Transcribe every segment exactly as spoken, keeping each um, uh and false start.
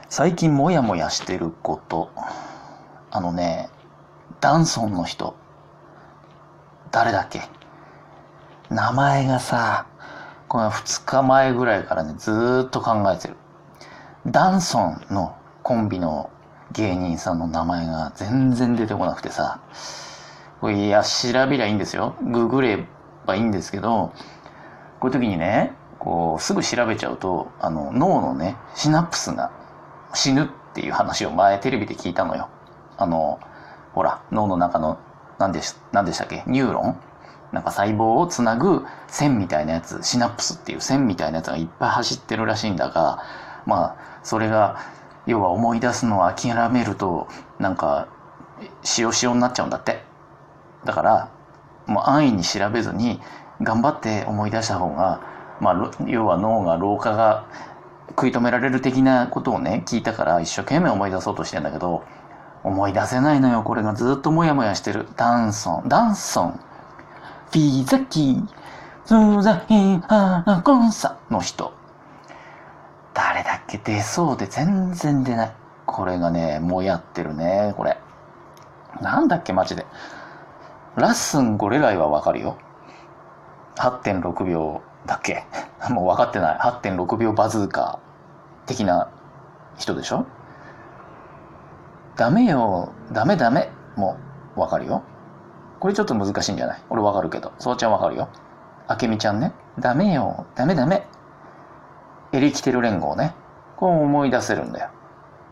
最近モヤモヤしてること、あのね、ダンソンの人、誰だっけ、名前がさ、このふつかまえぐらいからねずーっと考えてる。ダンソンのコンビの芸人さんの名前が全然出てこなくてさ、これいや調べりゃいいんですよ、ググればいいんですけど、こういう時にね、こうすぐ調べちゃうと、あの脳のねシナプスが死ぬっていう話を前テレビで聞いたのよ。あのほら脳の中の何でし何でしたっけ、ニューロン、なんか細胞をつなぐ線みたいなやつ、シナプスっていう線みたいなやつがいっぱい走ってるらしいんだが、まあそれが要は思い出すのを諦めるとなんか塩塩になっちゃうんだって。だからもう安易に調べずに頑張って思い出した方が、まあ要は脳が老化が食い止められる的なことをね聞いたから、一生懸命思い出そうとしてんだけど思い出せないのよ。これがずっとモヤモヤしてる。ダンソンダンソンフィザキスザヒハコンサの人、誰だっけ、出そうで全然出ない。これがねもやってるね。これなんだっけマジで。ラッスンゴレライはわかるよ。 はってんろくびょうだっけもう分かってない。 はってんろくびょうバズーカー的な人でしょ。ダメよダメダメもう分かるよ。これちょっと難しいんじゃない。俺分かるけど、そうちゃん分かるよ。あけみちゃんね、ダメよダメダメ、エレキテル連合ね、こう思い出せるんだよ。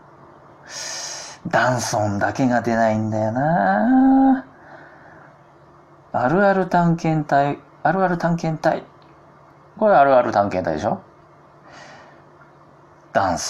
ダンソンだけが出ないんだよな。あるある探検隊、あるある探検隊、これあるある探検隊でしょ。ダンソ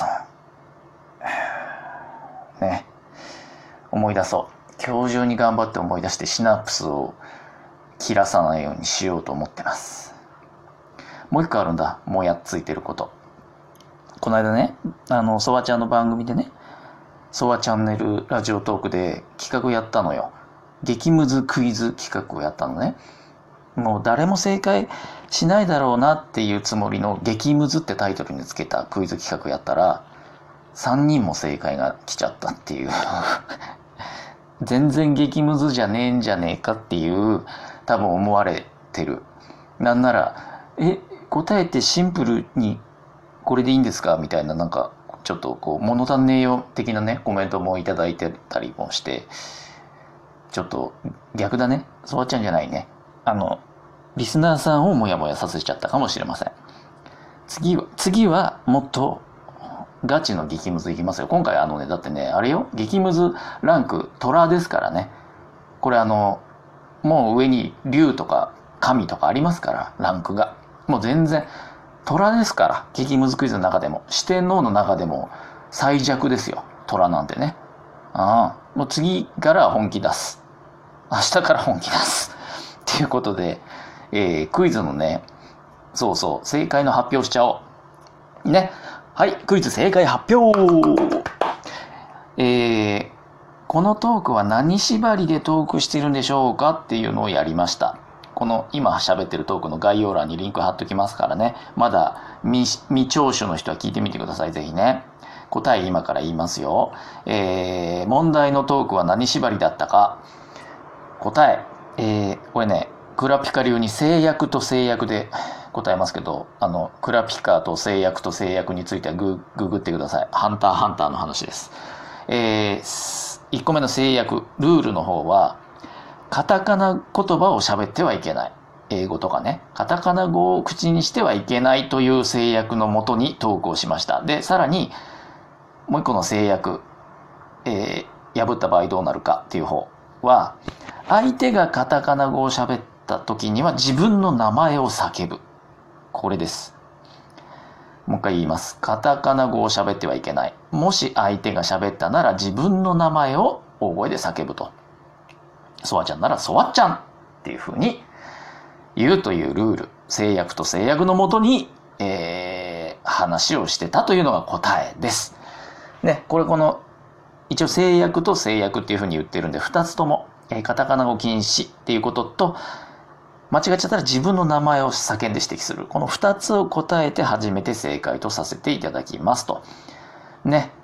ンね、思い出そう。今日中に頑張って思い出してシナプスを切らさないようにしようと思ってます。もう一個あるんだ、もやっついてること。この間ね、あのソワちゃんの番組でね、ソワチャンネルラジオトークで企画やったのよ。激ムズクイズ企画をやったのね。もう誰も正解しないだろうなっていうつもりの激ムズってタイトルにつけたクイズ企画やったらさんにんも正解が来ちゃったっていう全然激ムズじゃねえんじゃねえかっていう多分思われてる。なんならえ答えてシンプルにこれでいいんですかみたいな、なんかちょっとこう物足んねえよ的なねコメントもいただいてたりもして、ちょっと逆だね。そうちゃんじゃないね、あのリスナーさんをモヤモヤさせちゃったかもしれません。次は次はもっとガチの激ムズいきますよ。今回あのねだってねあれよ、激ムズランク虎ですからね。これあのもう上に竜とか神とかありますから、ランクがもう全然虎ですから。激ムズクイズの中でも四天王の中でも最弱ですよ、虎なんてね。ああもう次から本気出す、明日から本気出すっていうことで、えー、クイズのね、そうそう正解の発表しちゃおうね。はい、クイズ正解発表。えー、このトークは何縛りでトークしているんでしょうかっていうのをやりました。この今喋ってるトークの概要欄にリンク貼っときますからね。まだ未未聴取の人は聞いてみてください、ぜひね。答え今から言いますよ。えー、問題のトークは何縛りだったか。答え、えー、これねクラピカ流に制約と制約で答えますけど、あのクラピカと制約と制約についてはグググってください。ハンターハンターの話です。えー、いっこめの制約ルールの方は、カタカナ言葉を喋ってはいけない、英語とかね、カタカナ語を口にしてはいけないという制約のもとにトークをしました。でさらにもう一個の制約、えー、破った場合どうなるかっていう方は、相手がカタカナ語を喋った時には自分の名前を叫ぶ、これです。もう一回言います。カタカナ語を喋ってはいけない。もし相手が喋ったなら自分の名前を大声で叫ぶと。ソワちゃんならソワちゃんっていうふうに言うというルール、制約と制約のもとに、えー、話をしてたというのが答えです。ね、これこの一応制約と制約っていうふうに言ってるんで、ふたつとも、えー、カタカナ語禁止っていうことと、間違っちゃったら自分の名前を叫んで指摘する、このふたつを答えて初めて正解とさせていただきますと。ね、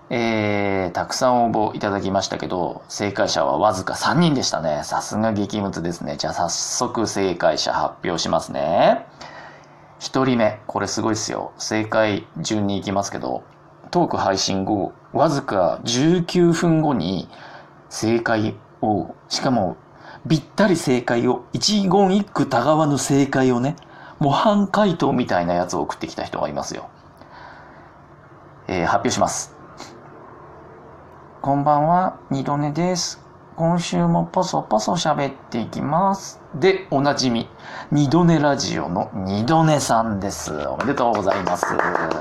えー、たくさん応募いただきましたけど、正解者はわずかさんにんでしたね。さすが激ムズですね。じゃあ早速正解者発表しますね。ひとりめ、これすごいですよ。正解順に行きますけど、トーク配信後、わずかじゅうきゅうふんごに正解を、しかもぴったり正解を、一言一句たがわぬ正解をね、模範解答みたいなやつを送ってきた人がいますよ。えー、発表します。こんばんは、二度寝です。今週もポソポソ喋っていきます。で、おなじみ、二度寝ラジオの二度寝さんです。おめでとうございます。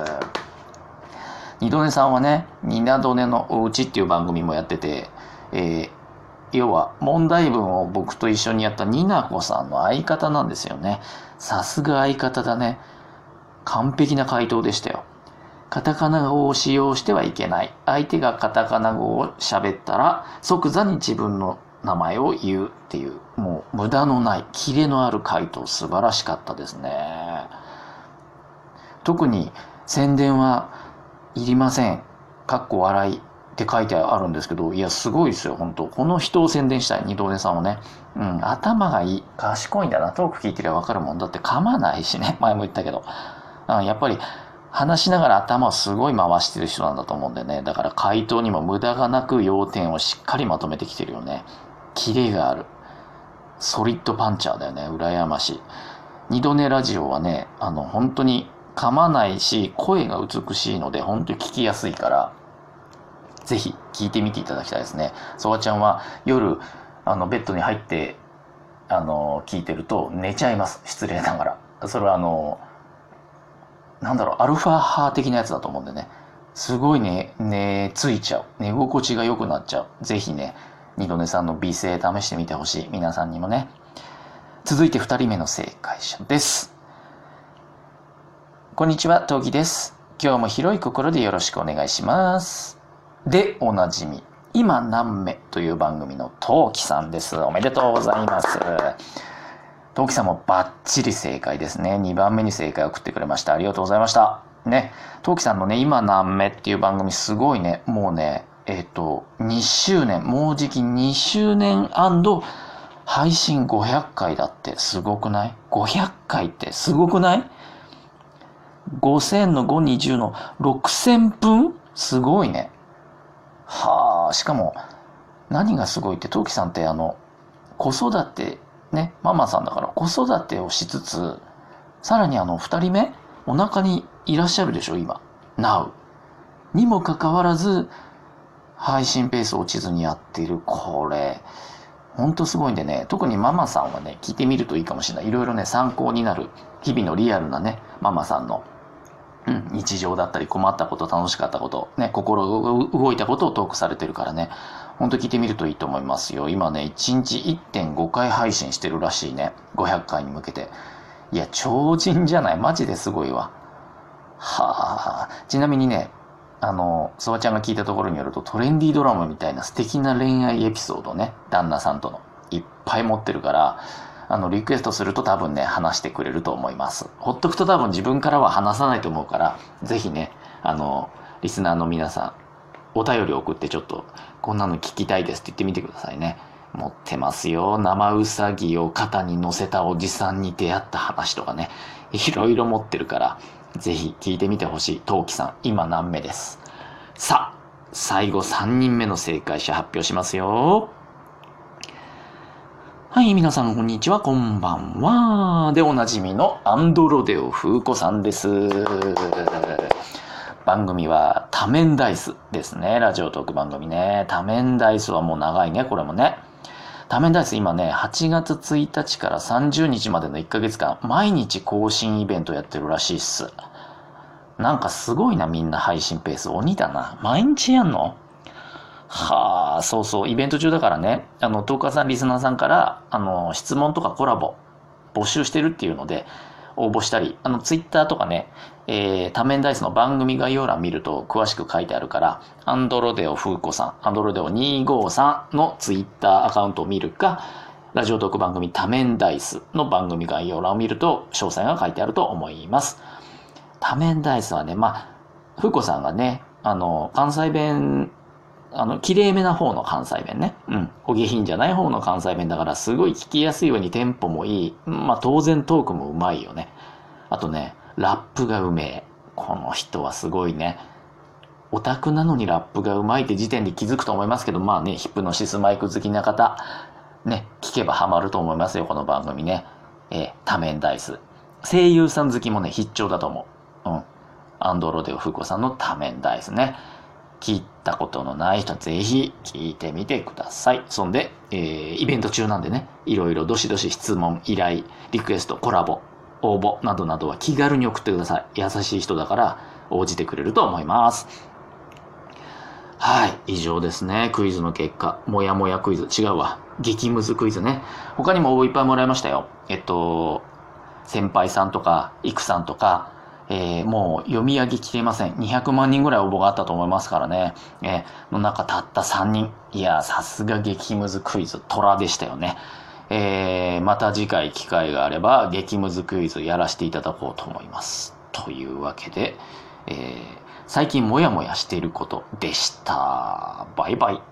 二度寝さんはね、ニナドネのおうちっていう番組もやってて、えー、要は問題文を僕と一緒にやったニナコさんの相方なんですよね。さすが相方だね。完璧な回答でしたよ。カタカナ語を使用してはいけない。相手がカタカナ語を喋ったら即座に自分の名前を言うっていう、もう無駄のないキレのある回答、素晴らしかったですね。特に宣伝はいりません。かっこ笑いって書いてあるんですけど、いやすごいですよ本当。この人を宣伝したい、二度寝さんはね。うん、頭がいい、賢いんだな。トーク聞いてりゃ分かるもんだって。噛まないしね、前も言ったけど、うん、やっぱり話しながら頭をすごい回してる人なんだと思うんでね。だから回答にも無駄がなく要点をしっかりまとめてきてるよね。キレがある。ソリッドパンチャーだよね。羨ましい。二度寝ラジオはね、あの本当に噛まないし、声が美しいので本当に聞きやすいから、ぜひ聞いてみていただきたいですね。そわちゃんは夜あのベッドに入ってあの聞いてると寝ちゃいます。失礼ながら。それはあのなんだろう、アルファ派的なやつだと思うんでね。すごいね、寝ついちゃう。寝心地が良くなっちゃう。ぜひね、二度寝さんの美声試してみてほしい。皆さんにもね。続いて二人目の正解者です。こんにちは、トウキです。今日も広い心でよろしくお願いします。で、おなじみ、今何目という番組のトウキさんです。おめでとうございます。トウキさんもバッチリ正解ですね。にばんめに正解を送ってくれました。ありがとうございました。ね、トウキさんのね、今何目っていう番組すごいね、もうね、えっと、にしゅうねん、もうじきにしゅうねん配信ごひゃっかいだって。すごくない？ ごひゃっ 回ってすごくない？ ごせん のご、にじゅうのろくせんぷん？すごいね。はあ、しかも、何がすごいって、トウキさんってあの、子育て、ね、ママさんだから子育てをしつつ、さらにあのふたりめお腹にいらっしゃるでしょ今 Now にもかかわらず配信ペースを落ちずにやっている。これほんとすごいんでね、特にママさんはね聞いてみるといいかもしれない。いろいろね参考になる日々のリアルなねママさんの、うん、日常だったり困ったこと、楽しかったこと、ね、心が動いたことをトークされてるからね、ほんと聞いてみるといいと思いますよ。今ねいちにち いってんご 回配信してるらしいね。ごひゃっかいに向けて。いや超人じゃない？マジですごいわ。はあ。ちなみにね、あのそばちゃんが聞いたところによると、トレンディードラマみたいな素敵な恋愛エピソードね、旦那さんとのいっぱい持ってるから、あのリクエストすると多分ね話してくれると思います。ほっとくと多分自分からは話さないと思うから、ぜひねあのリスナーの皆さんお便り送って、ちょっとこんなの聞きたいですって言ってみてくださいね。持ってますよ。生ウサギを肩に乗せたおじさんに出会った話とかね、いろいろ持ってるから、ぜひ聞いてみてほしい。トウキさん今何目です。さあ最後さんにんめの正解者発表しますよ。はい、皆さんこんにちは、こんばんは。でおなじみのアンドロデオ風子さんです。番組は多面ダイスですね。ラジオトーク番組ね。多面ダイスはもう長いね、これもね。多面ダイス今ね、はちがつついたちからさんじゅうにちまでのいっかげつかん、毎日更新イベントやってるらしいっす。なんかすごいな、みんな配信ペース。鬼だな。毎日やんの？はあ、そうそう、イベント中だからね、あの、トーカーさん、リスナーさんから、あの、質問とかコラボ、募集してるっていうので、応募したり、あの、ツイッターとかね、えー、多面ダイスの番組概要欄見ると詳しく書いてあるから、アンドロデオ風子さん、アンドロデオにひゃくごじゅうさんのツイッターアカウントを見るか、ラジオトーク番組多面ダイスの番組概要欄を見ると、詳細が書いてあると思います。多面ダイスはね、まあ、風子さんがね、 あの関西弁、あのきれいめな方の関西弁ね、うん、お下品じゃない方の関西弁だから、すごい聞きやすいようにテンポもいい。まあ当然トークもうまいよね。あとね、ラップがうめえ。この人はすごいね。オタクなのにラップがうまいって時点で気づくと思いますけど、まあね、ヒプノシスマイク好きな方ね、聞けばハマると思いますよ、この番組ね。えー、多面ダイス。声優さん好きもね、必聴だと思う。うん。アンドロデオフーコさんの多面ダイスね。聞いたことのない人はぜひ聞いてみてください。そんで、えー、イベント中なんでね、いろいろどしどし質問、依頼、リクエスト、コラボ、応募などなどは気軽に送ってください。優しい人だから応じてくれると思います。はい、以上ですね。クイズの結果。もやもやクイズ。違うわ。激ムズクイズね。他にも応募いっぱいもらいましたよ。えっと、先輩さんとか、イクさんとか、えー、もう読み上げきていません。にひゃくまんにんぐらい応募があったと思いますからね。えー、の中たったさんにん。いや、さすが激ムズクイズ、虎でしたよね。えー、また次回機会があれば、激ムズクイズやらせていただこうと思います。というわけで、えー、最近モヤモヤしていることでした。バイバイ。